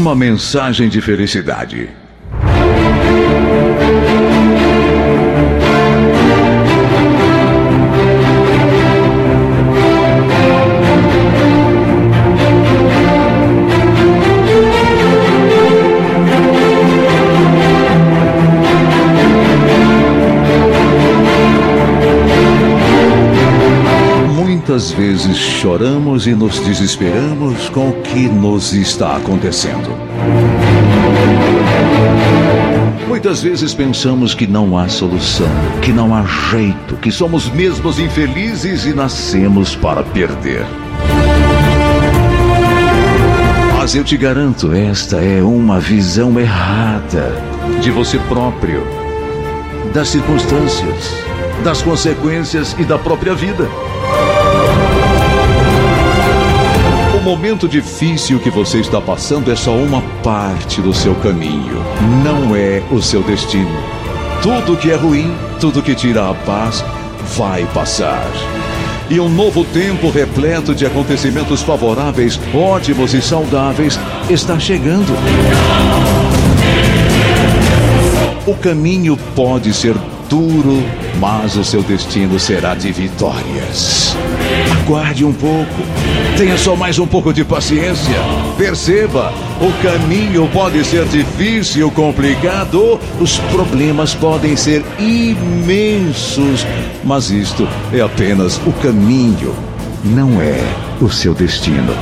Uma mensagem de felicidade. Muitas vezes choramos e nos desesperamos com o que nos está acontecendo. Muitas vezes pensamos que não há solução, que não há jeito, que somos mesmos infelizes e nascemos para perder. Mas eu te garanto, esta é uma visão errada de você próprio, das circunstâncias, das consequências e da própria vida. O momento difícil que você está passando é só uma parte do seu caminho, não é o seu destino. Tudo que é ruim, tudo que tira a paz, vai passar. E um novo tempo repleto de acontecimentos favoráveis, ótimos e saudáveis, está chegando. O caminho pode ser duro, mas o seu destino será de vitórias. Aguarde um pouco, tenha só mais um pouco de paciência. Perceba, o caminho pode ser difícil, complicado, os problemas podem ser imensos, mas isto é apenas o caminho, não é o seu destino.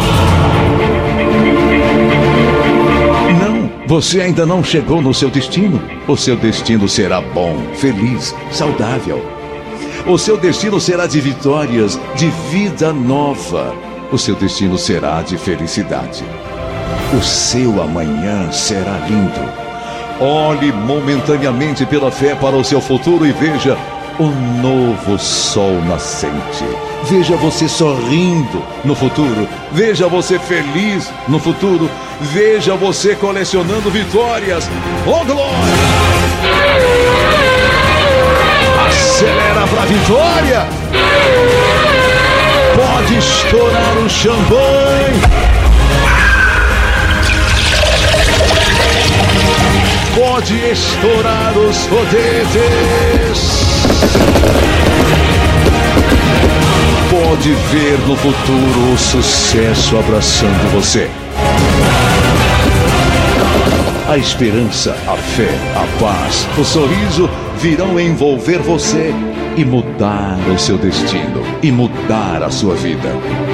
Você ainda não chegou no seu destino. O seu destino será bom, feliz, saudável. O seu destino será de vitórias, de vida nova. O seu destino será de felicidade. O seu amanhã será lindo. Olhe momentaneamente pela fé para o seu futuro e veja o novo sol nascente. Veja você sorrindo no futuro. Veja você feliz no futuro. Veja você colecionando vitórias. Oh, glória! Acelera pra vitória! Pode estourar o champanhe. Pode estourar os foguetes. Pode ver no futuro o sucesso abraçando você. A esperança, a fé, a paz, o sorriso virão envolver você e mudar o seu destino, e mudar a sua vida.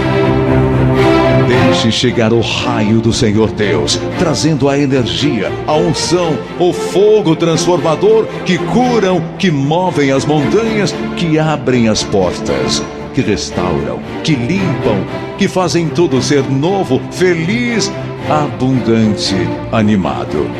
Deixe chegar o raio do Senhor Deus, trazendo a energia, a unção, o fogo transformador que curam, que movem as montanhas, que abrem as portas, que restauram, que limpam, que fazem tudo ser novo, feliz, abundante, animado.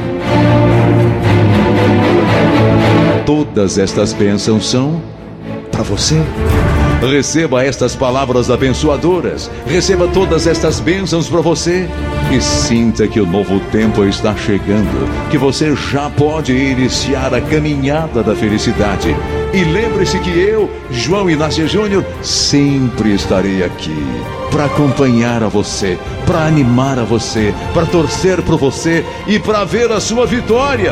Todas estas bênçãos são para você. Receba estas palavras abençoadoras. Receba todas estas bênçãos para você. E sinta que o novo tempo está chegando. Que você já pode iniciar a caminhada da felicidade. E lembre-se que eu, João Inácio Júnior, sempre estarei aqui para acompanhar a você, para animar a você, para torcer por você e para ver a sua vitória.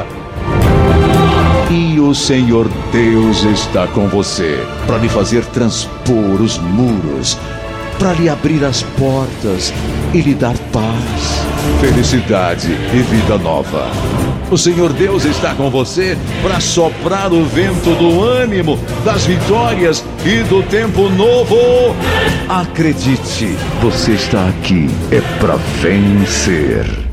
E o Senhor Deus está com você para lhe fazer transpor os muros, para lhe abrir as portas e lhe dar paz, felicidade e vida nova. O Senhor Deus está com você para soprar o vento do ânimo, das vitórias e do tempo novo. Acredite, você está aqui é para vencer.